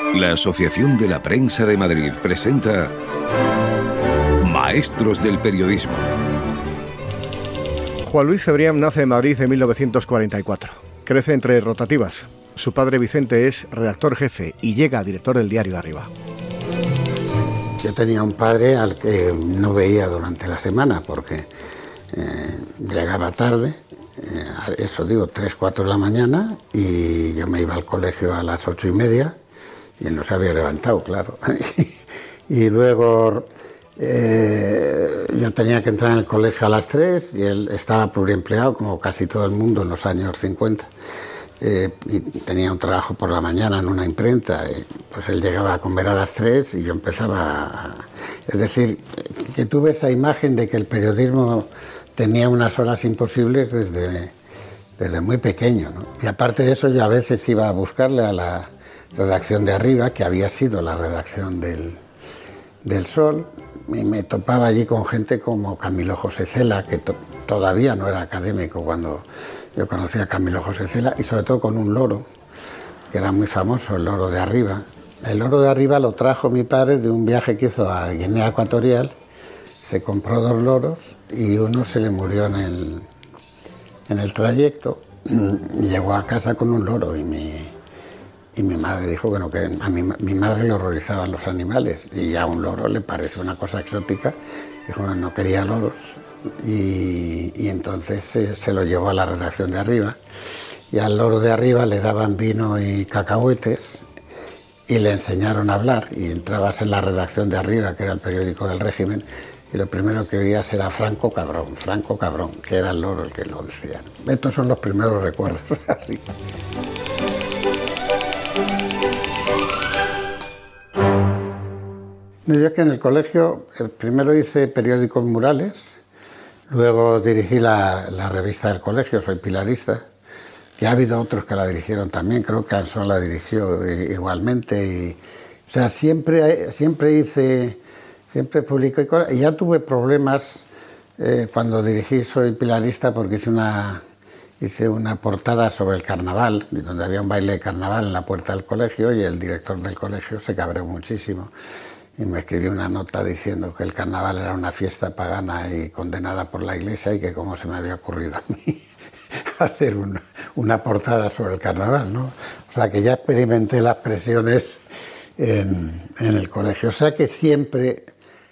La Asociación de la Prensa de Madrid presenta Maestros del Periodismo. Juan Luis Cebrián nace en Madrid en 1944. Crece entre rotativas. Su padre Vicente es redactor jefe y llega a director del diario Arriba. Yo tenía un padre al que no veía durante la semana porque llegaba tarde, eso digo, 3, 4 de la mañana, y yo me iba al colegio a las 8:30 y él no se había levantado, claro. Y luego yo tenía que entrar en el colegio a las 3 y él estaba pluriempleado, como casi todo el mundo en los años 50. Y tenía un trabajo por la mañana en una imprenta, pues él llegaba a comer a las 3 y yo empezaba Es decir, que tuve esa imagen de que el periodismo tenía unas horas imposibles desde muy pequeño, ¿no? Y aparte de eso, yo a veces iba a buscarle a la redacción de Arriba, que había sido la redacción del Sol, y me topaba allí con gente como Camilo José Cela, que todavía no era académico cuando yo conocí a Camilo José Cela, y sobre todo con un loro, que era muy famoso, el loro de Arriba. El loro de Arriba lo trajo mi padre de un viaje que hizo a Guinea Ecuatorial. Se compró 2 loros y uno se le murió en el trayecto, y llegó a casa con un loro, y mi madre dijo, bueno, que a mi madre le horrorizaban los animales y a un loro le pareció una cosa exótica. Dijo, no quería loros, y entonces se lo llevó a la redacción de Arriba, y al loro de Arriba le daban vino y cacahuetes y le enseñaron a hablar, y entrabas en la redacción de Arriba, que era el periódico del régimen, y lo primero que oías era Franco cabrón, que era el loro el que lo decía. Estos son los primeros recuerdos. Así. Yo es que en el colegio primero hice periódicos murales, luego dirigí la revista del colegio, soy pilarista, que ha habido otros que la dirigieron también, creo que Ansón la dirigió igualmente, o sea, siempre publiqué cosas, y ya tuve problemas cuando dirigí Soy Pilarista, porque hice una portada sobre el carnaval, donde había un baile de carnaval en la puerta del colegio, y el director del colegio se cabreó muchísimo y me escribió una nota diciendo que el carnaval era una fiesta pagana y condenada por la Iglesia, y que cómo se me había ocurrido a mí hacer una portada sobre el carnaval, ¿no? O sea, que ya experimenté las presiones en el colegio. O sea, que siempre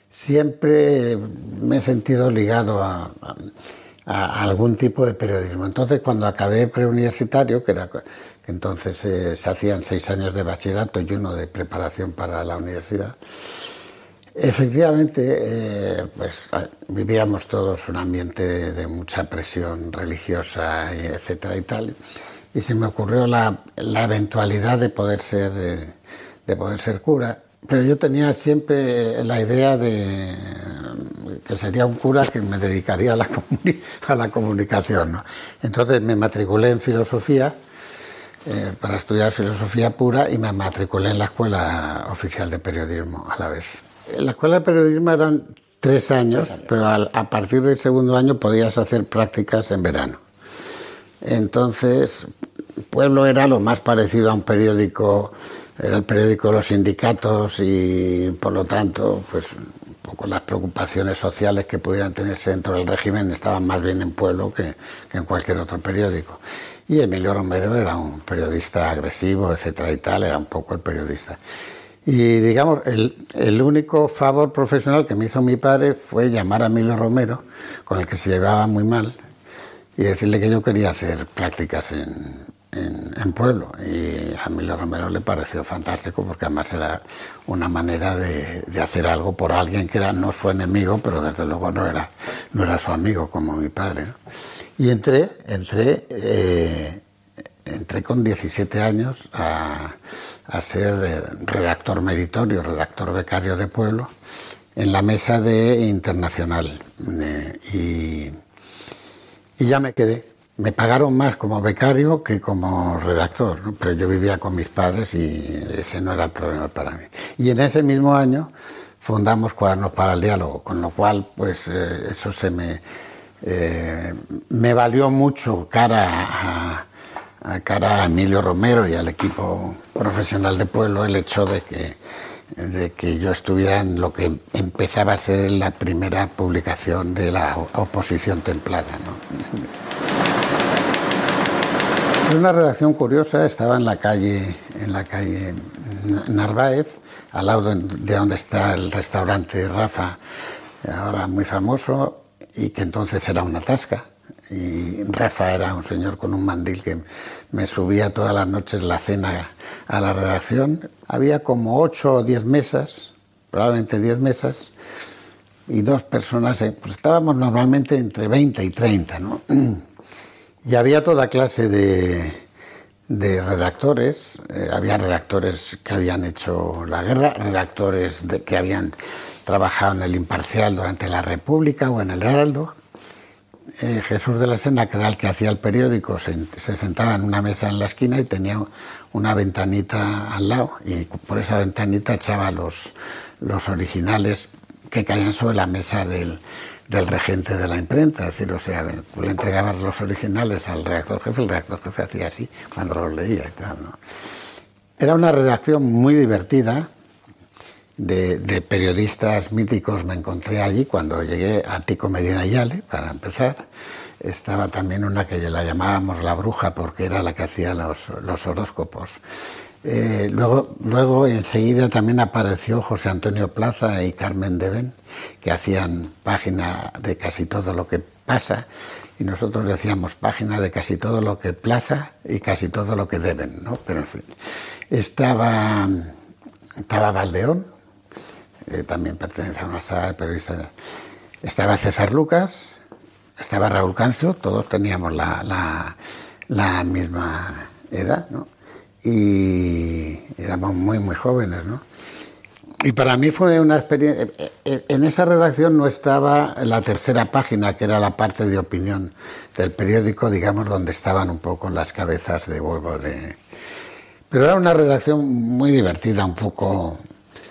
me he sentido ligado a algún tipo de periodismo. Entonces, cuando acabé preuniversitario, que entonces se hacían 6 años de bachillerato y 1 de preparación para la universidad, efectivamente, pues vivíamos todos un ambiente de mucha presión religiosa, etcétera y tal, y se me ocurrió la eventualidad de poder ser cura, pero yo tenía siempre la idea de que sería un cura que me dedicaría a la comunicación, ¿no? Entonces me matriculé en filosofía, para estudiar filosofía pura, y me matriculé en la Escuela Oficial de Periodismo a la vez. En la Escuela de Periodismo eran 3 años, pero a partir del segundo año podías hacer prácticas en verano. Entonces, Pueblo era lo más parecido a un periódico, era el periódico de los sindicatos, y por lo tanto, pues un poco las preocupaciones sociales que pudieran tenerse dentro del régimen estaban más bien en Pueblo que en cualquier otro periódico. Y Emilio Romero era un periodista agresivo, etcétera y tal, era un poco el periodista. Y digamos, el único favor profesional que me hizo mi padre fue llamar a Emilio Romero, con el que se llevaba muy mal, y decirle que yo quería hacer prácticas en Pueblo. Y a Emilio Romero le pareció fantástico, porque además era una manera de hacer algo por alguien que era no su enemigo, pero desde luego no era su amigo como mi padre, ¿no? Y entré con 17 años a ser redactor meritorio, redactor becario de Pueblo, en la mesa de Internacional. Y ya me quedé. Me pagaron más como becario que como redactor, ¿no? Pero yo vivía con mis padres y ese no era el problema para mí. Y en ese mismo año fundamos Cuadernos para el Diálogo, con lo cual pues eso me valió mucho cara a cara a Emilio Romero y al equipo profesional de Pueblo el hecho de que yo estuviera en lo que empezaba a ser la primera publicación de la oposición templada, ¿no? Es una redacción curiosa, estaba en la calle Narváez, al lado de donde está el restaurante Rafa, ahora muy famoso, y que entonces era una tasca. Y Rafa era un señor con un mandil que me subía todas las noches la cena a la redacción. Había como 8 o 10 mesas, probablemente 10 mesas, y 2 personas, pues estábamos normalmente entre 20 y 30, ¿no? Y había toda clase de redactores, había redactores que habían hecho la guerra, redactores que habían trabajado en el Imparcial durante la República o en el Heraldo. Jesús de la Sena, que era el que hacía el periódico, se sentaba en una mesa en la esquina y tenía una ventanita al lado, y por esa ventanita echaba los originales que caían sobre la mesa del regente de la imprenta. Es decir, o sea, tú le entregabas los originales al redactor jefe, el redactor jefe hacía así cuando los leía y tal, ¿no? Era una redacción muy divertida, de periodistas míticos me encontré allí cuando llegué a Tico Medina Yale, para empezar. Estaba también una que la llamábamos La Bruja porque era la que hacía los horóscopos. Luego enseguida también apareció José Antonio Plaza y Carmen Deben, que hacían página de casi todo lo que pasa, y nosotros decíamos página de casi todo lo que plaza y casi todo lo que deben, ¿no? Pero en fin, estaba Valdeón, también pertenece a una saga de periodistas, estaba César Lucas, estaba Raúl Cancio, todos teníamos la misma edad, ¿no? Y éramos muy jóvenes, ¿no? Y para mí fue una experiencia. En esa redacción no estaba la tercera página, que era la parte de opinión del periódico, digamos, donde estaban un poco las cabezas de huevo de... Pero era una redacción muy divertida, un poco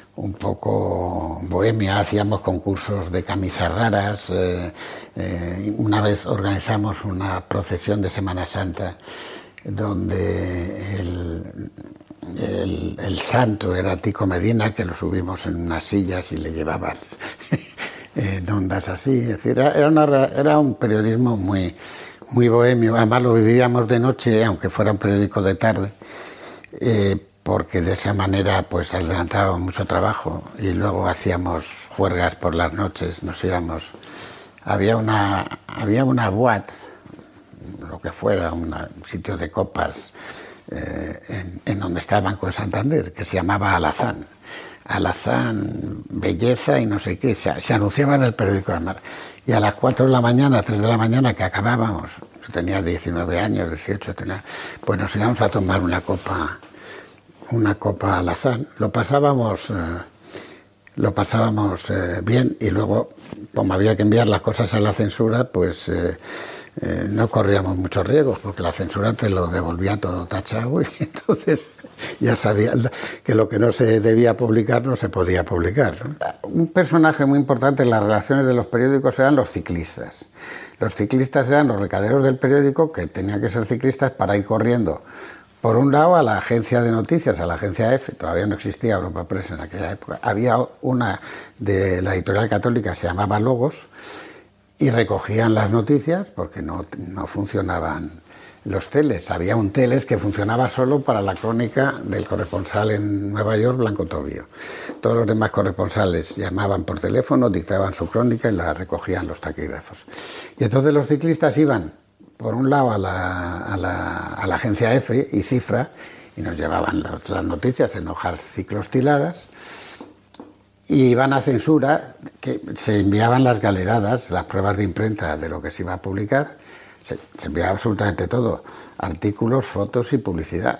bohemia. Hacíamos concursos de camisas raras. Una vez organizamos una procesión de Semana Santa donde el santo era Tico Medina, que lo subimos en unas sillas y le llevaban en ondas así. Es decir, era un periodismo muy bohemio. Además lo vivíamos de noche, aunque fuera un periódico de tarde, porque de esa manera pues adelantábamos mucho trabajo, y luego hacíamos juergas por las noches, nos íbamos. Había una boate, lo que fuera, un sitio de copas en donde está el Banco de Santander, que se llamaba Alazán, belleza y no sé qué, se anunciaba en el periódico de Mar. Y a las 4 de la mañana, 3 de la mañana que acabábamos, tenía 19 años, 18, pues nos íbamos a tomar una copa Alazán. Lo pasábamos bien, y luego, como había que enviar las cosas a la censura, pues no corríamos muchos riesgos, porque la censura te lo devolvía todo tachado, y entonces ya sabían que lo que no se debía publicar no se podía publicar, ¿no? Un personaje muy importante en las relaciones de los periódicos eran los ciclistas. Los ciclistas eran los recaderos del periódico, que tenían que ser ciclistas para ir corriendo, por un lado, a la agencia de noticias, a la agencia EFE. Todavía no existía Europa Press en aquella época. Había una de la editorial católica, se llamaba Logos, y recogían las noticias porque no funcionaban los teles. Había un teles que funcionaba solo para la crónica del corresponsal en Nueva York, Blanco Tobío. Todos los demás corresponsales llamaban por teléfono, dictaban su crónica y la recogían los taquígrafos. Y entonces los ciclistas iban, por un lado, a la agencia EFE y Cifra, y nos llevaban las noticias en hojas ciclostiladas, y iban a censura, que se enviaban las galeradas, las pruebas de imprenta de lo que se iba a publicar. Se enviaba absolutamente todo, artículos, fotos y publicidad.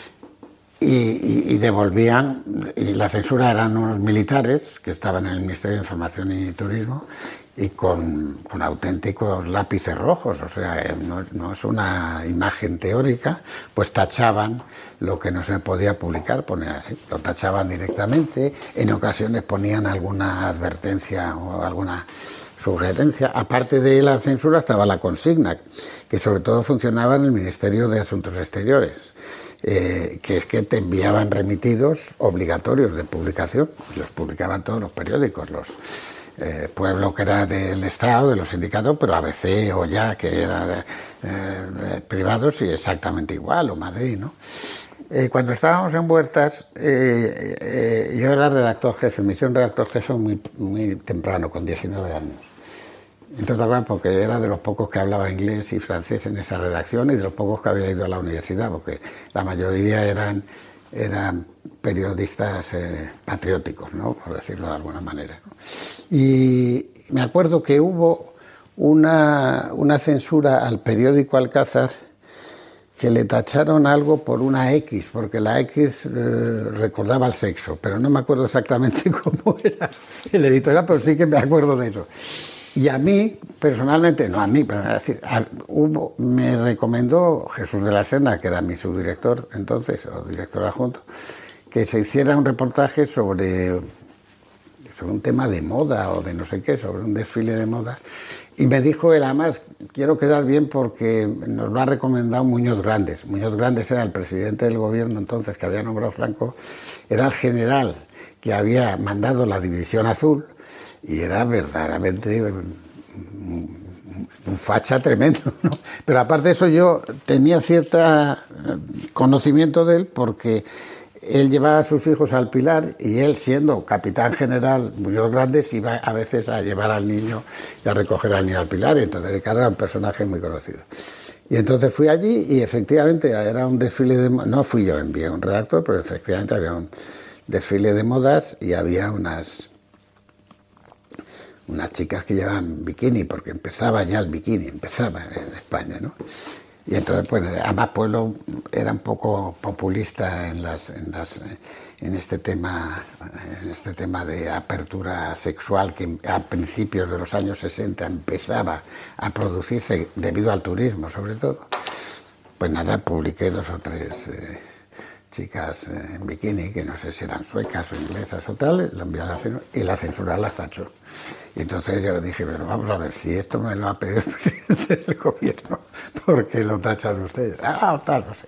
Y devolvían, y la censura eran unos militares que estaban en el Ministerio de Información y Turismo, y con auténticos lápices rojos, o sea, no es una imagen teórica, pues tachaban lo que no se podía publicar, ponían así, lo tachaban directamente, en ocasiones ponían alguna advertencia o alguna sugerencia. Aparte de la censura estaba la consigna, que sobre todo funcionaba en el Ministerio de Asuntos Exteriores, que es que te enviaban remitidos obligatorios de publicación, los publicaban todos los periódicos, Pueblo, que era del Estado, de los sindicatos, pero ABC o Ya, que era de privados, y exactamente igual, o Madrid, ¿no? Cuando estábamos en Huertas, yo era redactor jefe, me hicieron redactor jefe muy temprano, con 19 años. Entonces, porque era de los pocos que hablaba inglés y francés en esa redacción y de los pocos que había ido a la universidad, porque la mayoría eran periodistas patrióticos, ¿no?, por decirlo de alguna manera, ¿no? Y me acuerdo que hubo una censura al periódico Alcázar, que le tacharon algo por una X, porque la X recordaba el sexo, pero no me acuerdo exactamente cómo era el editorial, pero sí que me acuerdo de eso. Y a mí, personalmente, no a mí, pero es decir, me recomendó Jesús de la Serna, que era mi subdirector entonces, o director adjunto, que se hiciera un reportaje sobre un tema de moda o de no sé qué, sobre un desfile de moda. Y me dijo él, además, quiero quedar bien porque nos lo ha recomendado Muñoz Grandes. Muñoz Grandes era el presidente del gobierno entonces, que había nombrado Franco, era el general que había mandado la División Azul, y era verdaderamente un facha tremendo, ¿no? Pero aparte de eso, yo tenía cierto conocimiento de él, porque él llevaba a sus hijos al Pilar, y él, siendo capitán general Muñoz Grandes, iba a veces a llevar al niño y a recoger al niño al Pilar, y entonces Ricardo era un personaje muy conocido. Y entonces fui allí y efectivamente era un desfile de modas. No fui yo, envié un redactor, pero efectivamente había un desfile de modas y había unas chicas que llevaban bikini, porque empezaba ya el bikini, empezaba en España, ¿no? Y entonces, pues, además Pueblo era un poco populista en este tema de apertura sexual, que a principios de los años 60 empezaba a producirse debido al turismo, sobre todo. Pues nada, publiqué 2 o 3 chicas en bikini, que no sé si eran suecas o inglesas o tal, lo envié a la censura, y la censura las tachó. Y entonces yo dije, pero vamos a ver, si esto me lo ha pedido el presidente del gobierno, ¿por qué lo tachan ustedes? Tal, no sé.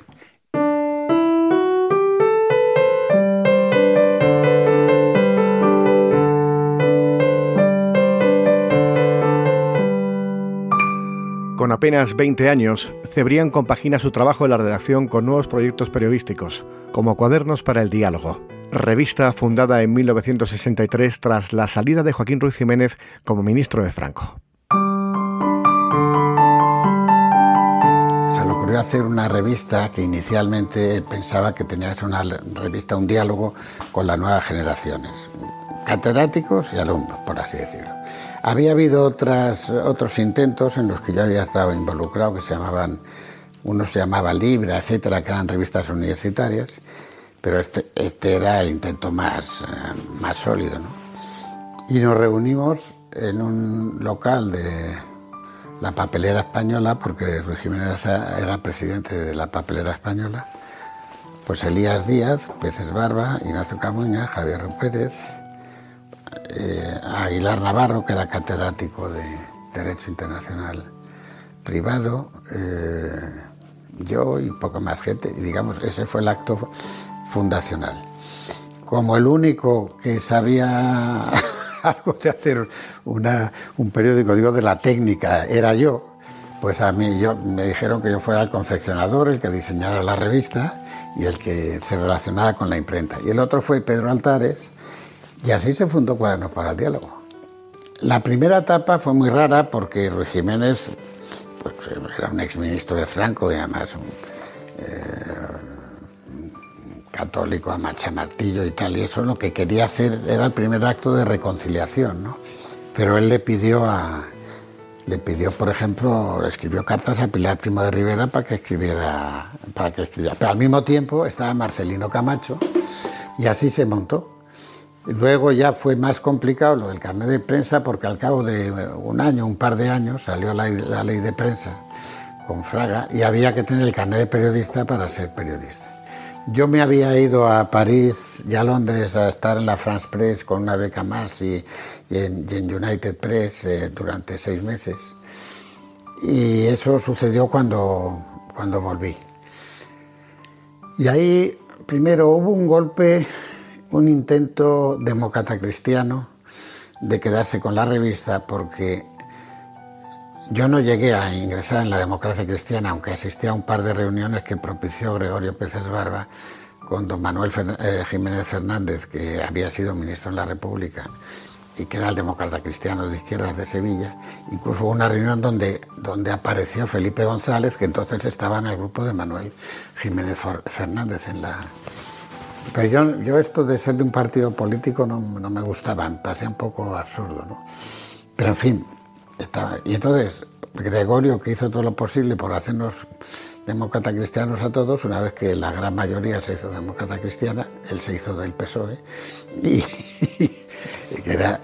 Con apenas 20 años, Cebrián compagina su trabajo en la redacción con nuevos proyectos periodísticos, como Cuadernos para el Diálogo, revista fundada en 1963 tras la salida de Joaquín Ruiz Jiménez como ministro de Franco. Se le ocurrió hacer una revista que inicialmente pensaba que tenía que ser una revista, un diálogo con las nuevas generaciones, catedráticos y alumnos, por así decirlo. Había habido otros intentos en los que yo había estado involucrado, unos se llamaban Libra, etcétera, que eran revistas universitarias, pero este era el intento más sólido, ¿no? Y nos reunimos en un local de la Papelera Española, porque Ruiz Jiménez era presidente de la Papelera Española, pues Elías Díaz, Peces Barba, Ignacio Camuña, Javier Pérez, Aguilar Navarro, que era catedrático de Derecho Internacional Privado, yo y poco más gente, y digamos, ese fue el acto fundacional. Como el único que sabía algo de hacer un periódico, digo, de la técnica, era yo, pues a mí me dijeron que yo fuera el confeccionador, el que diseñara la revista y el que se relacionara con la imprenta. Y el otro fue Pedro Altares, y así se fundó Cuadernos para el Diálogo. La primera etapa fue muy rara porque Ruiz Jiménez, pues, era un exministro de Franco y además un católico a machamartillo y tal, y eso lo que quería hacer era el primer acto de reconciliación, ¿no? Pero él le pidió, por ejemplo, escribió cartas a Pilar Primo de Rivera para que escribiera. Pero al mismo tiempo estaba Marcelino Camacho, y así se montó. Luego ya fue más complicado lo del carnet de prensa, porque al cabo de un par de años, salió la ley de prensa con Fraga y había que tener el carnet de periodista para ser periodista. Yo me había ido a París y a Londres a estar en la France Press con una beca más y en United Press durante 6 meses. Y eso sucedió cuando volví. Y ahí primero hubo un golpe, un intento demócrata cristiano de quedarse con la revista, porque yo no llegué a ingresar en la Democracia Cristiana, aunque asistí a un par de reuniones que propició Gregorio Peces Barba con don Manuel Jiménez Fernández, que había sido ministro en la República y que era el demócrata cristiano de izquierdas de Sevilla. Incluso hubo una reunión donde apareció Felipe González, que entonces estaba en el grupo de Manuel Jiménez Fernández en la... Pero yo esto de ser de un partido político no me gustaba, me parecía un poco absurdo, ¿no? Pero en fin, y entonces Gregorio, que hizo todo lo posible por hacernos demócrata cristianos a todos, una vez que la gran mayoría se hizo demócrata cristiana, él se hizo del PSOE y era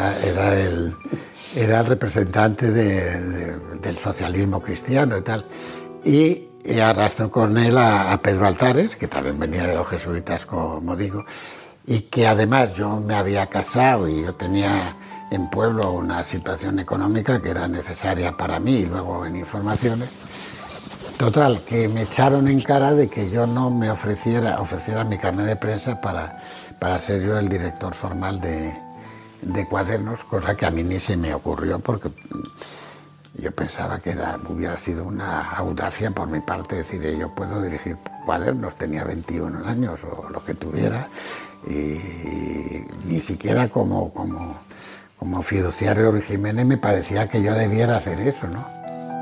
el representante del socialismo cristiano y tal, y arrastró con él a Pedro Altares, que también venía de los jesuitas, como digo, y que además yo me había casado y yo tenía en Pueblo una situación económica que era necesaria para mí, y luego en informaciones. Total, que me echaron en cara de que yo no me ofreciera mi carnet de prensa para ser yo el director formal de Cuadernos, cosa que a mí ni se me ocurrió, porque yo pensaba que hubiera sido una audacia por mi parte decir, yo puedo dirigir Cuadernos, tenía 21 años o lo que tuviera, y ni siquiera como fiduciario de Jiménez me parecía que yo debiera hacer eso, ¿no?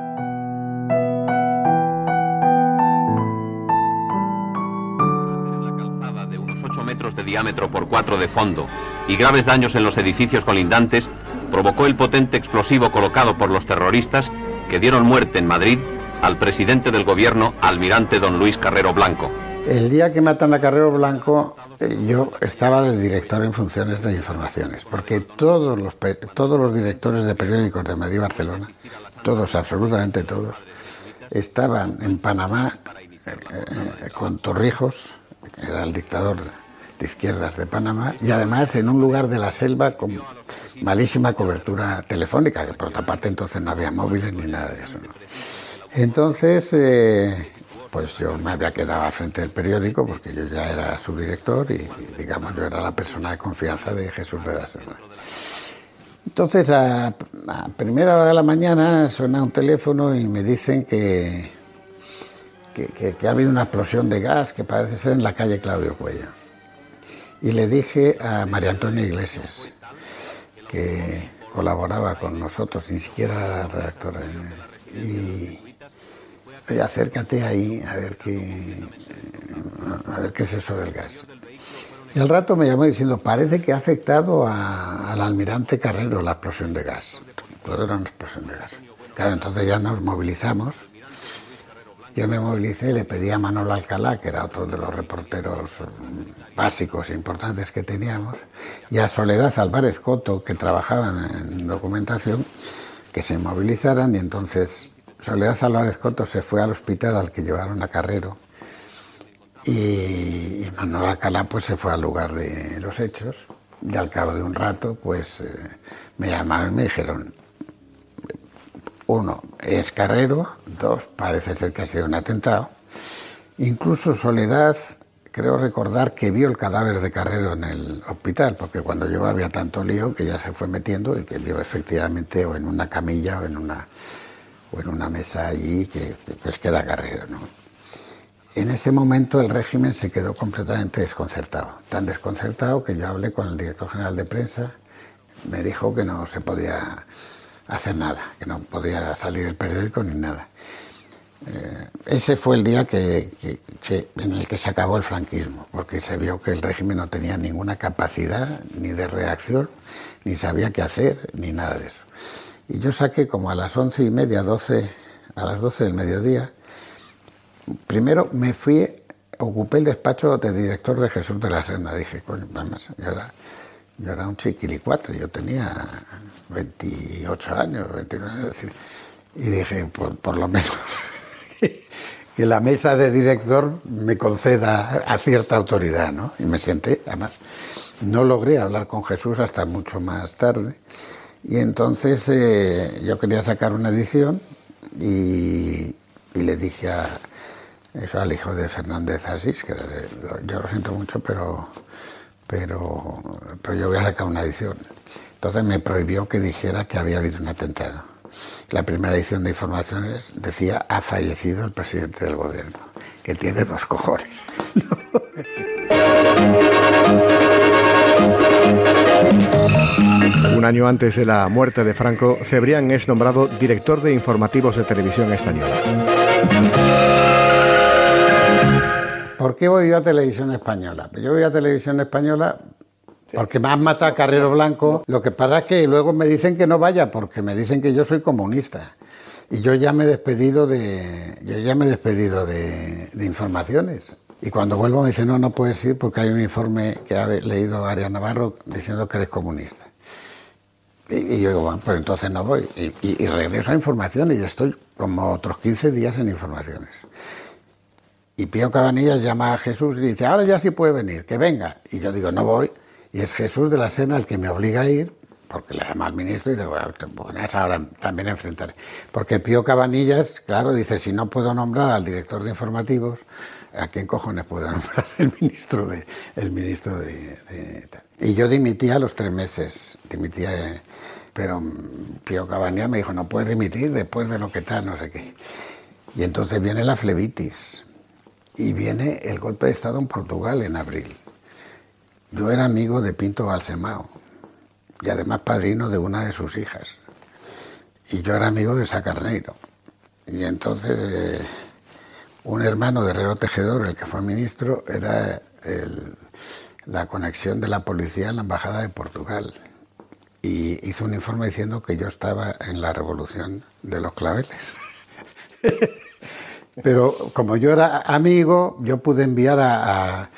La calzada de unos 8 metros de diámetro por 4 de fondo y graves daños en los edificios colindantes provocó el potente explosivo colocado por los terroristas que dieron muerte en Madrid al presidente del gobierno, almirante don Luis Carrero Blanco. El día que matan a Carrero Blanco, yo estaba de director en funciones de informaciones, porque todos los directores de periódicos de Madrid y Barcelona, todos, absolutamente todos, estaban en Panamá con Torrijos, que era el dictador de izquierdas de Panamá, y además en un lugar de la selva con malísima cobertura telefónica, que por otra parte entonces no había móviles ni nada de eso, ¿no? Entonces, pues yo me había quedado al frente del periódico porque yo ya era su director y digamos, yo era la persona de confianza de Jesús de la Serna. Entonces, a primera hora de la mañana suena un teléfono y me dicen que ha habido una explosión de gas que parece ser en la calle Claudio Cuello. Y le dije a María Antonia Iglesias, que colaboraba con nosotros, ni siquiera era la redactora, y acércate ahí a ver qué es eso del gas. Y al rato me llamó diciendo, parece que ha afectado al almirante Carrero la explosión de gas. Todo era una explosión de gas. Claro, entonces ya nos movilizamos. Yo me movilicé, le pedí a Manolo Alcalá, que era otro de los reporteros básicos e importantes que teníamos, y a Soledad Álvarez Coto, que trabajaban en documentación, que se movilizaran, y entonces Soledad Álvarez Coto se fue al hospital al que llevaron a Carrero, y Manolo Alcalá pues se fue al lugar de los hechos, y al cabo de un rato pues me llamaron y me dijeron, 1, es Carrero, 2, parece ser que ha sido un atentado. Incluso Soledad, creo recordar que vio el cadáver de Carrero en el hospital, porque cuando yo había tanto lío que ya se fue metiendo y que vio efectivamente o en una camilla o en una mesa allí que era Carrero, ¿no? En ese momento el régimen se quedó completamente desconcertado, tan desconcertado que yo hablé con el director general de prensa, me dijo que no se podía hacer nada, que no podía salir el periódico ni nada. Ese fue el día en el que se acabó el franquismo, porque se vio que el régimen no tenía ninguna capacidad ni de reacción, ni sabía qué hacer, ni nada de eso. Y yo saqué como a las 11:30, 12, a las 12 del mediodía, primero me fui, ocupé el despacho de director de Jesús de la Serna, dije, coño, vamos, y ahora Yo era un chiquilicuatre, yo tenía 28 años, 29 años, y dije, por lo menos que la mesa de director me conceda a cierta autoridad, ¿no? Y me senté, además, no logré hablar con Jesús hasta mucho más tarde, y entonces yo quería sacar una edición y le dije al hijo de Fernández Asís, que yo lo siento mucho, pero yo voy a sacar una edición. Entonces me prohibió que dijera que había habido un atentado. La primera edición de Informaciones decía: ha fallecido el presidente del gobierno, que tiene 2 cojones. Un año antes de la muerte de Franco, Cebrián es nombrado director de informativos de Televisión Española. ¿Por qué voy yo a Televisión Española? Yo voy a Televisión Española porque me han matado a Carrero Blanco. Lo que pasa es que luego me dicen que no vaya porque me dicen que yo soy comunista. Y yo ya me he despedido de Informaciones. Y cuando vuelvo me dicen, no puedes ir porque hay un informe que ha leído Arias Navarro diciendo que eres comunista. Y yo digo, bueno, pues entonces no voy. Y regreso a Informaciones y estoy como otros 15 días en Informaciones. Y Pío Cabanillas llama a Jesús y dice, ahora ya sí puede venir, que venga. Y yo digo, no voy. Y es Jesús de la Sena el que me obliga a ir, porque le llama al ministro y digo, bueno, a esa hora también enfrentaré. Porque Pío Cabanillas, claro, dice, si no puedo nombrar al director de informativos, ¿a quién cojones puedo nombrar el ministro de Y yo dimití a los 3 meses, pero Pío Cabanillas me dijo, no puedes dimitir después de lo que tal, no sé qué. Y entonces viene la flebitis. Y viene el golpe de Estado en Portugal en abril. Yo era amigo de Pinto Balsemao y además padrino de una de sus hijas. Y yo era amigo de Sá Carneiro. Y entonces un hermano de Herrero Tejedor, el que fue ministro, era la conexión de la policía en la embajada de Portugal. Y hizo un informe diciendo que yo estaba en la revolución de los claveles. Pero como yo era amigo, yo pude enviar a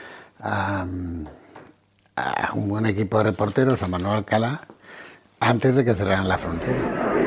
un buen equipo de reporteros, a Manuel Alcalá, antes de que cerraran la frontera.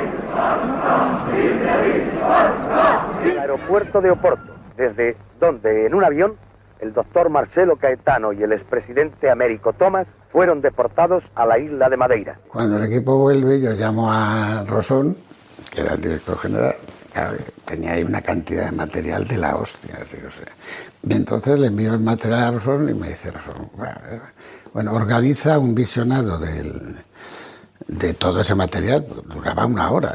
El aeropuerto de Oporto, desde donde en un avión el doctor Marcelo Caetano y el expresidente Américo Tomás fueron deportados a la isla de Madeira. Cuando el equipo vuelve, yo llamo a Rosón, que era el director general. Claro, tenía ahí una cantidad de material de la hostia, y entonces le envío el material a Rosón y me dice Rosón, bueno, organiza un visionado de todo ese material, duraba 1 hora,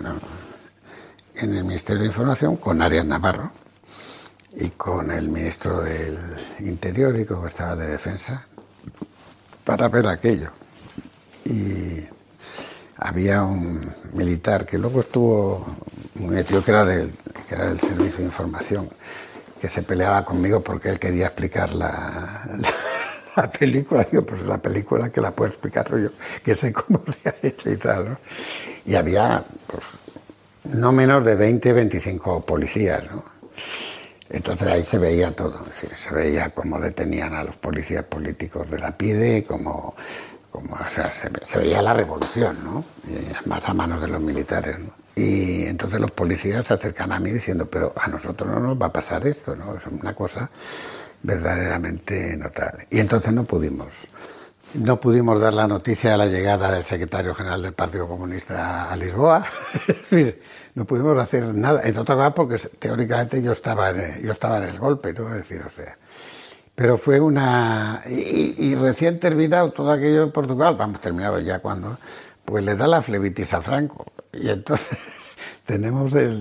en el Ministerio de Información con Arias Navarro y con el ministro del Interior y como estaba de Defensa, para ver aquello. Y había un militar que luego estuvo muy metido, que era del Servicio de Información, que se peleaba conmigo porque él quería explicar la película. Digo, pues la película que la puedo explicar yo, que sé cómo se ha hecho y tal, ¿no? Y había, pues, no menos de 20, 25 policías, ¿no? Entonces ahí se veía todo, es decir, se veía cómo detenían a los policías políticos de la PIDE, se veía la revolución, ¿no? Y más a manos de los militares, ¿no? Y entonces los policías se acercan a mí diciendo, pero a nosotros no nos va a pasar esto, ¿no? Es una cosa verdaderamente notable. Y entonces no pudimos dar la noticia de la llegada del secretario general del Partido Comunista a Lisboa. No pudimos hacer nada, en otra cosa porque teóricamente yo estaba en el golpe, ¿no? Es decir, pero fue una... Y recién terminado todo aquello en Portugal, vamos, terminado ya cuando... Pues le da la flebitis a Franco. Y entonces tenemos el...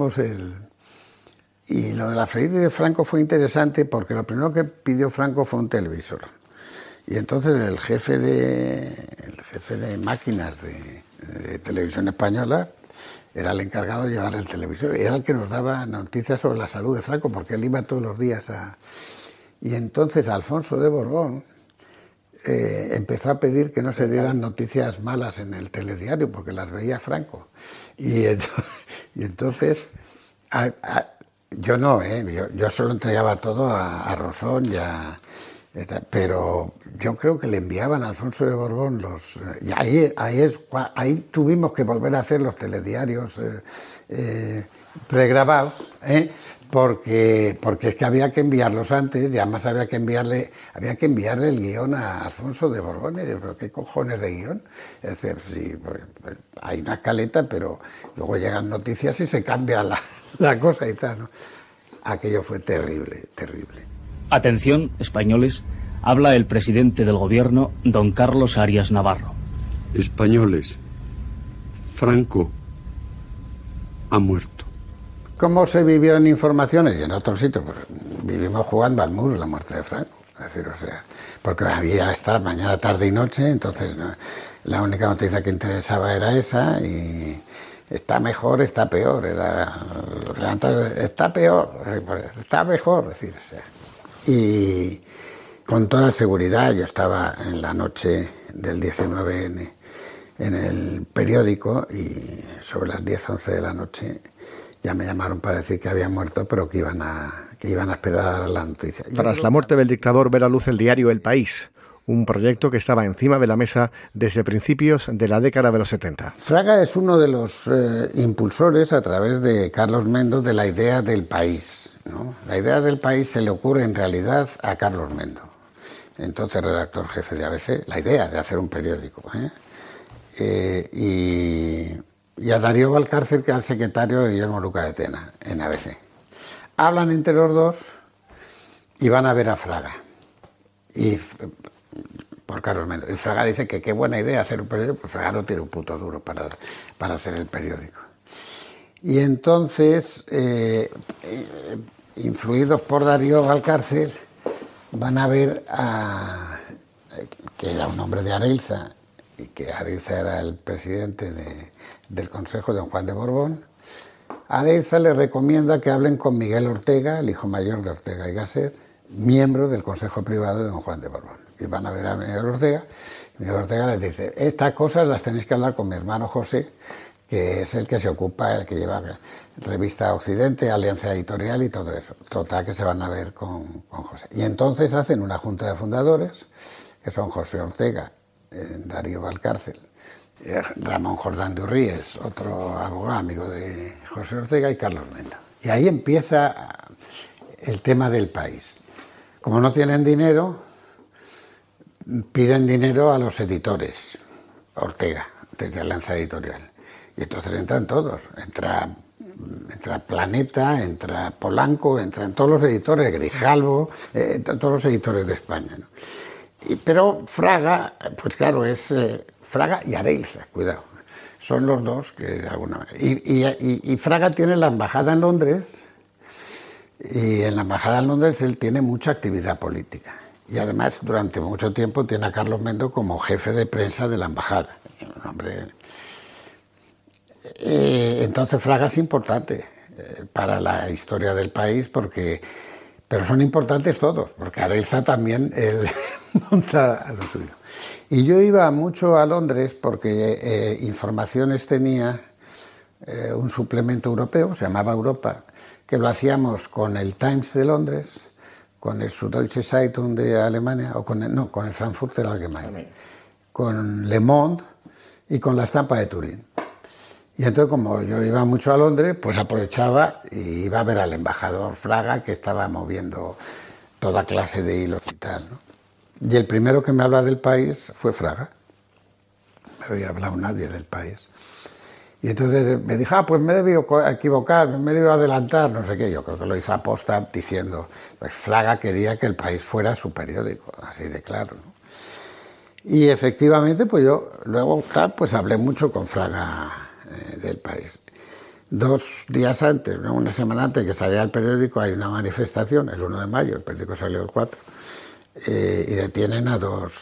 Y lo de la flebitis de Franco fue interesante porque lo primero que pidió Franco fue un televisor. Y entonces el jefe de máquinas de Televisión Española era el encargado de llevar el televisor. Y era el que nos daba noticias sobre la salud de Franco, porque él iba todos los días a... Y entonces Alfonso de Borbón empezó a pedir que no se dieran noticias malas en el telediario, porque las veía Franco. Y entonces yo no, yo solo entregaba todo a Rosón y a Pero yo creo que le enviaban a Alfonso de Borbón y ahí tuvimos que volver a hacer los telediarios pregrabados, porque es que había que enviarlos antes y además había que enviarle el guión a Alfonso de Borbón. Y yo, ¿pero qué cojones de guión? Es decir, sí, pues hay una escaleta, pero luego llegan noticias y se cambia la cosa y tal, ¿no? Aquello fue terrible, terrible. Atención, españoles, habla el presidente del gobierno, don Carlos Arias Navarro. Españoles, Franco ha muerto. ¿Cómo se vivió en informaciones y en otros sitios? Pues vivimos jugando al mus la muerte de Franco. Es decir, o sea, porque había estar mañana, tarde y noche, entonces la única noticia que interesaba era esa y está mejor, está peor. Está peor, está mejor, es decir, o sea. Y con toda seguridad yo estaba en la noche del 19N en el periódico y sobre las 10, 11 de la noche ya me llamaron para decir que había muerto, pero que iban a esperar a dar la noticia. Tras la muerte del dictador ve la luz el diario El País, un proyecto que estaba encima de la mesa desde principios de la década de los 70. Fraga es uno de los impulsores, a través de Carlos Mendo, de la idea del país, ¿no? La idea del país se le ocurre en realidad a Carlos Mendo, entonces redactor jefe de ABC, la idea de hacer un periódico, y a Darío Valcárcel, que era el secretario de Guillermo Luca de Tena, en ABC. Hablan entre los dos y van a ver a Fraga. Por Carlos Mendo. Y Fraga dice que qué buena idea hacer un periódico, pues Fraga no tiene un puto duro para hacer el periódico. Y entonces, influidos por Darío Valcárcel, van a ver que era un hombre de Arelza, y que Arelza era el presidente del Consejo, don Juan de Borbón. Arelza le recomienda que hablen con Miguel Ortega, el hijo mayor de Ortega y Gasset, miembro del Consejo Privado de don Juan de Borbón. Y van a ver a Miguel Ortega, y Miguel Ortega les dice: estas cosas las tenéis que hablar con mi hermano José, que es el que se ocupa, el que lleva Revista Occidente, Alianza Editorial y todo eso. Total, que se van a ver con José. Y entonces hacen una junta de fundadores, que son José Ortega, Darío Valcárcel, Ramón Jordán de Urríes, otro abogado amigo de José Ortega, y Carlos Mendo. Y ahí empieza el tema del país. Como no tienen dinero, piden dinero a los editores, Ortega, desde Alianza Editorial. Y entonces entran todos, entra Planeta, entra Polanco, entran todos los editores, Grijalvo, todos los editores de España, ¿no? Pero Fraga, pues claro, es Fraga y Arelza, cuidado. Son los dos que de alguna manera... Y Fraga tiene la embajada en Londres, y en la embajada en Londres él tiene mucha actividad política. Y además, durante mucho tiempo, tiene a Carlos Mendo como jefe de prensa de la embajada. Un hombre... Entonces Fraga es importante para la historia del país, pero son importantes todos, porque Arelza también él monta a lo suyo. Y yo iba mucho a Londres porque Informaciones tenía un suplemento europeo, se llamaba Europa, que lo hacíamos con el Times de Londres, con el Süddeutsche Zeitung de Alemania, o con el Frankfurter Allgemeine, con Le Monde y con la Estampa de Turín. Y entonces, como yo iba mucho a Londres, pues aprovechaba y iba a ver al embajador Fraga, que estaba moviendo toda clase de hilos y tal, ¿no? Y el primero que me habla del país fue Fraga. No me había hablado nadie del país. Y entonces me dijo: pues me he debido equivocar, me he debido adelantar, no sé qué. Yo creo que lo hizo aposta, diciendo, pues Fraga quería que el país fuera su periódico, así de claro, ¿no? Y efectivamente, pues yo luego, claro, pues hablé mucho con Fraga del país. 2 días antes, ¿no? Una semana antes que saliera el periódico, hay una manifestación, el 1 de mayo, el periódico salió el 4, y detienen a dos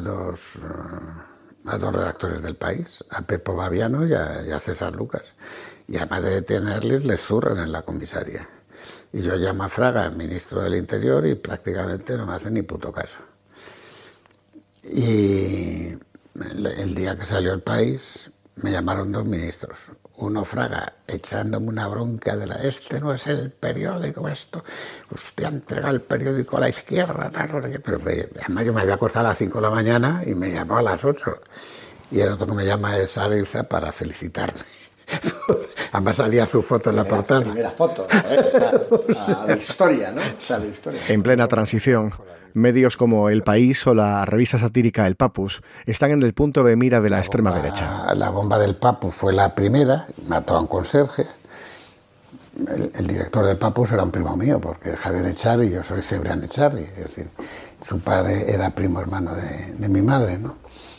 redactores del país, a Pepo Baviano y a César Lucas. Y además de detenerles, les zurran en la comisaría. Y yo llamo a Fraga, el ministro del Interior, y prácticamente no me hace ni puto caso. Y el día que salió el país, me llamaron 2 ministros. Uno, Fraga, echándome una bronca de este no es el periódico, esto, usted ha entregado el periódico a la izquierda, tal, no sé qué. Pero además yo me había acostado a las 5 de la mañana y me llamó a las 8. Y el otro que me llama es Ariza para felicitarme. Además salía su foto en la portada. La primera foto, a la historia, ¿no? O sea, la historia. En plena transición, medios como El País o la revista satírica El Papus están en el punto de mira de la extrema derecha. La bomba del Papus fue la primera, mató a un conserje. El director del Papus era un primo mío, porque Javier Echarri, yo soy Cebrián Echarri, es decir, su padre era primo hermano de mi madre, ¿no?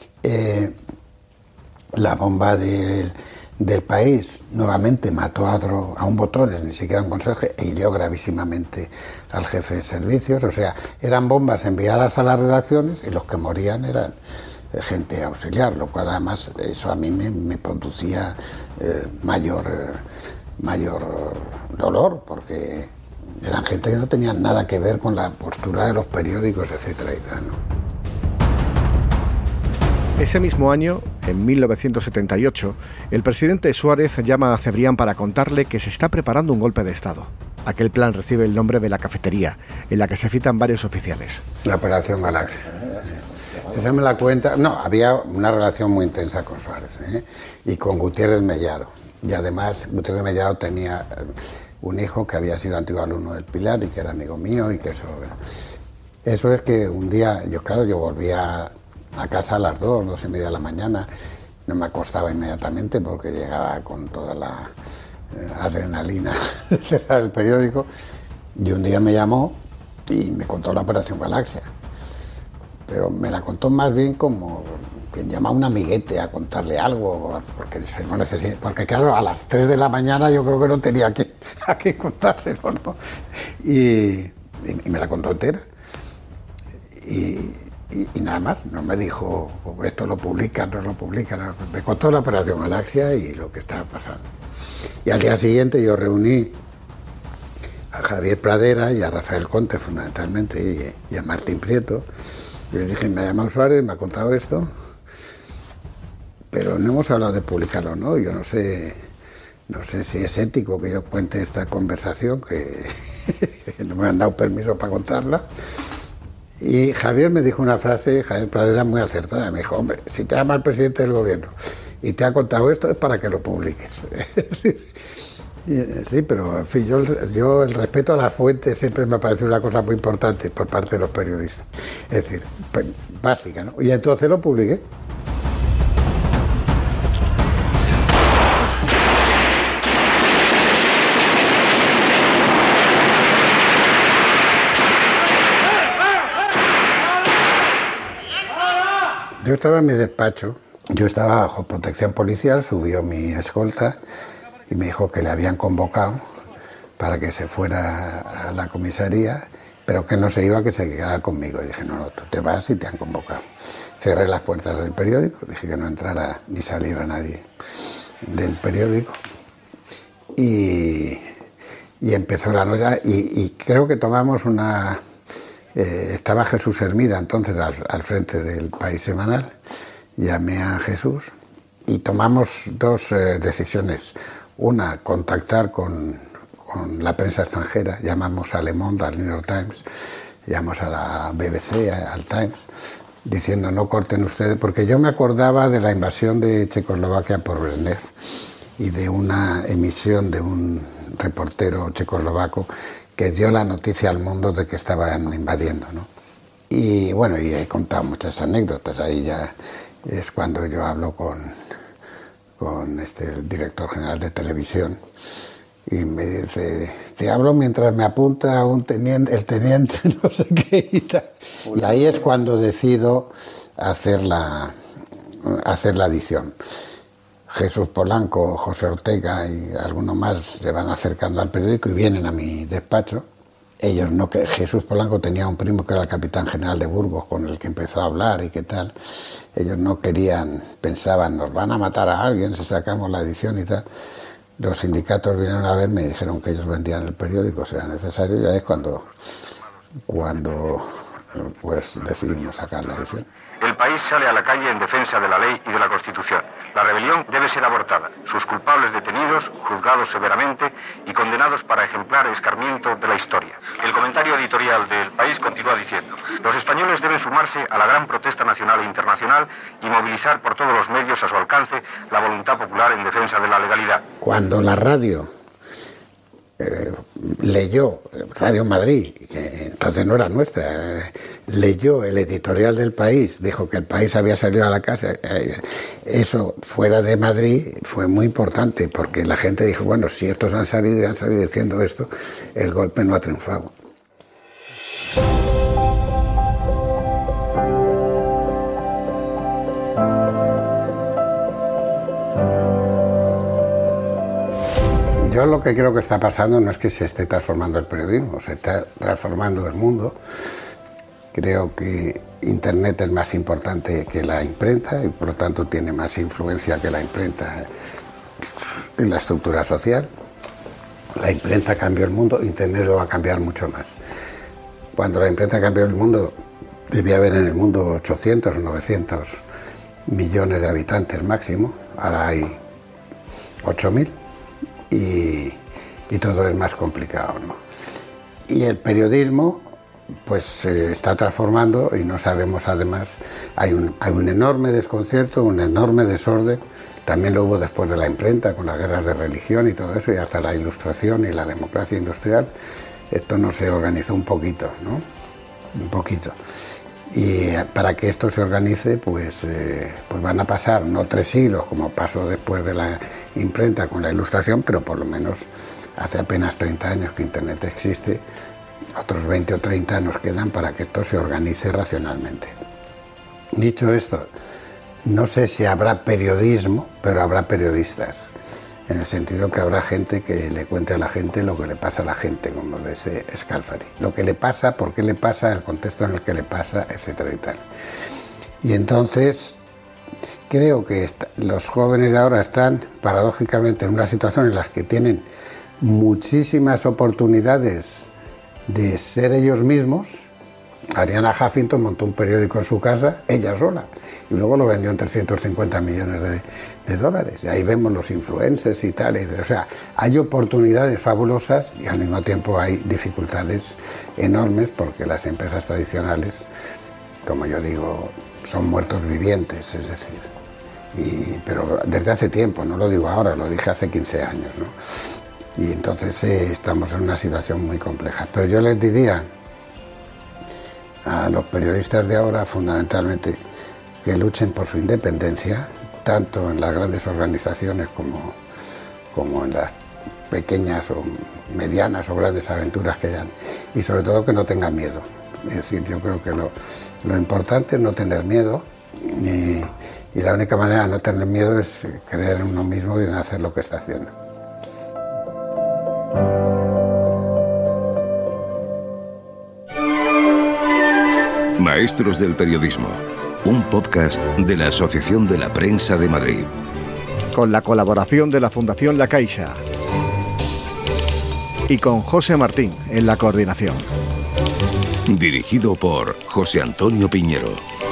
La bomba del País nuevamente mató a un Botones, ni siquiera un conserje, e hirió gravísimamente al jefe de servicios. O sea, eran bombas enviadas a las redacciones y los que morían eran gente auxiliar, lo cual además eso a mí me producía mayor dolor, porque eran gente que no tenían nada que ver con la postura de los periódicos, etcétera y tal, ¿no? Ese mismo año, en 1978, el presidente Suárez llama a Cebrián para contarle que se está preparando un golpe de Estado. Aquel plan recibe el nombre de La Cafetería, en la que se citan varios oficiales. La Operación Galaxia. Esa me la cuenta. No, había una relación muy intensa con Suárez, y con Gutiérrez Mellado. Y además, Gutiérrez Mellado tenía un hijo que había sido antiguo alumno del Pilar y que era amigo mío, y que eso es que un día, yo volvía a casa a las 2:30 de la mañana, no me acostaba inmediatamente porque llegaba con toda la adrenalina del periódico, y un día me llamó y me contó la Operación Galaxia, pero me la contó más bien como quien llama a un amiguete a contarle algo, porque claro, a las 3 de la mañana yo creo que no tenía a qué contárselo, ¿no? Y me la contó entera. Y nada más, no me dijo, esto lo publican, no lo publican. Me contó la Operación Galaxia y lo que estaba pasando. Y al día siguiente yo reuní a Javier Pradera y a Rafael Conte, fundamentalmente, y a Martín Prieto. Y les dije, me ha llamado Suárez, me ha contado esto, pero no hemos hablado de publicarlo, ¿no? Yo no sé si es ético que yo cuente esta conversación, que no me han dado permiso para contarla. Y Javier me dijo una frase, Javier Pradera, muy acertada. Me dijo, hombre, si te llama el presidente del gobierno y te ha contado esto, es para que lo publiques. Sí, pero en fin, yo el respeto a las fuentes siempre me ha parecido una cosa muy importante por parte de los periodistas. Es decir, pues, básica, ¿no? Y entonces lo publiqué. Yo estaba en mi despacho, yo estaba bajo protección policial, subió mi escolta y me dijo que le habían convocado para que se fuera a la comisaría, pero que no se iba, que se quedara conmigo. Y dije, no, tú te vas y te han convocado. Cerré las puertas del periódico, dije que no entrara ni saliera nadie del periódico. Y empezó la noche, y creo que tomamos una... estaba Jesús Hermida entonces al frente del País Semanal. Llamé a Jesús y tomamos 2 decisiones. Una, contactar con la prensa extranjera. Llamamos a Le Monde, al New York Times, llamamos a la BBC, al Times, diciendo no corten ustedes, porque yo me acordaba de la invasión de Checoslovaquia por Brezhnev y de una emisión de un reportero checoslovaco que dio la noticia al mundo de que estaban invadiendo, ¿no? Y bueno, y he contado muchas anécdotas. Ahí ya es cuando yo hablo con el director general de televisión y me dice, te hablo mientras me apunta el teniente no sé qué y tal. Y ahí es cuando decido hacer la edición. Jesús Polanco, José Ortega y algunos más se van acercando al periódico y vienen a mi despacho. Ellos no, que Jesús Polanco tenía un primo que era el capitán general de Burgos con el que empezó a hablar y qué tal. Ellos no querían, pensaban, nos van a matar a alguien si sacamos la edición y tal. Los sindicatos vinieron a verme y dijeron que ellos vendían el periódico, si era necesario, y ahí es cuando pues decidimos sacar la edición. El país sale a la calle en defensa de la ley y de la Constitución. La rebelión debe ser abortada, sus culpables detenidos, juzgados severamente y condenados para ejemplar escarmiento de la historia. El comentario editorial del País continúa diciendo: los españoles deben sumarse a la gran protesta nacional e internacional y movilizar por todos los medios a su alcance la voluntad popular en defensa de la legalidad. Cuando la radio leyó, Radio Madrid, que entonces no era nuestra, leyó el editorial del País, dijo que el País había salido a la calle, eso fuera de Madrid fue muy importante, porque la gente dijo, bueno, si estos han salido diciendo esto, el golpe no ha triunfado. Yo lo que creo que está pasando no es que se esté transformando el periodismo, se está transformando el mundo. Creo que Internet es más importante que la imprenta y por lo tanto tiene más influencia que la imprenta en la estructura social. La imprenta cambió el mundo, Internet lo va a cambiar mucho más. Cuando la imprenta cambió el mundo, debía haber en el mundo 800 o 900 millones de habitantes máximo, ahora hay 8.000. Y todo es más complicado, ¿no? Y el periodismo pues se está transformando y no sabemos, además, hay un enorme desconcierto, un enorme desorden. También lo hubo después de la imprenta, con las guerras de religión y todo eso, y hasta la Ilustración y la democracia industrial. Esto no se organizó un poquito, ¿no? Un poquito. Y para que esto se organice, pues van a pasar, no 3 siglos, como pasó después de la imprenta con la Ilustración, pero por lo menos hace apenas 30 años que Internet existe, otros 20 o 30 nos quedan para que esto se organice racionalmente. Dicho esto, no sé si habrá periodismo, pero habrá periodistas, en el sentido que habrá gente que le cuente a la gente lo que le pasa a la gente, como dice Scalfari. Lo que le pasa, por qué le pasa, el contexto en el que le pasa, etcétera y tal. Y entonces, creo que los jóvenes de ahora están, paradójicamente, en una situación en la que tienen muchísimas oportunidades de ser ellos mismos. Arianna Huffington montó un periódico en su casa, ella sola, y luego lo vendió en 350 millones de dólares. Y ahí vemos los influencers y tal. O sea, hay oportunidades fabulosas y al mismo tiempo hay dificultades enormes porque las empresas tradicionales, como yo digo, son muertos vivientes, es decir. Pero desde hace tiempo, no lo digo ahora, lo dije hace 15 años, ¿no? Y entonces estamos en una situación muy compleja. Pero yo les diría a los periodistas de ahora, fundamentalmente, que luchen por su independencia, tanto en las grandes organizaciones como en las pequeñas o medianas o grandes aventuras que hayan, y sobre todo que no tengan miedo. Es decir, yo creo que lo importante es no tener miedo, y la única manera de no tener miedo es creer en uno mismo y en hacer lo que está haciendo. Maestros del Periodismo, un podcast de la Asociación de la Prensa de Madrid. Con la colaboración de la Fundación La Caixa. Y con José Martín en la coordinación. Dirigido por José Antonio Piñero.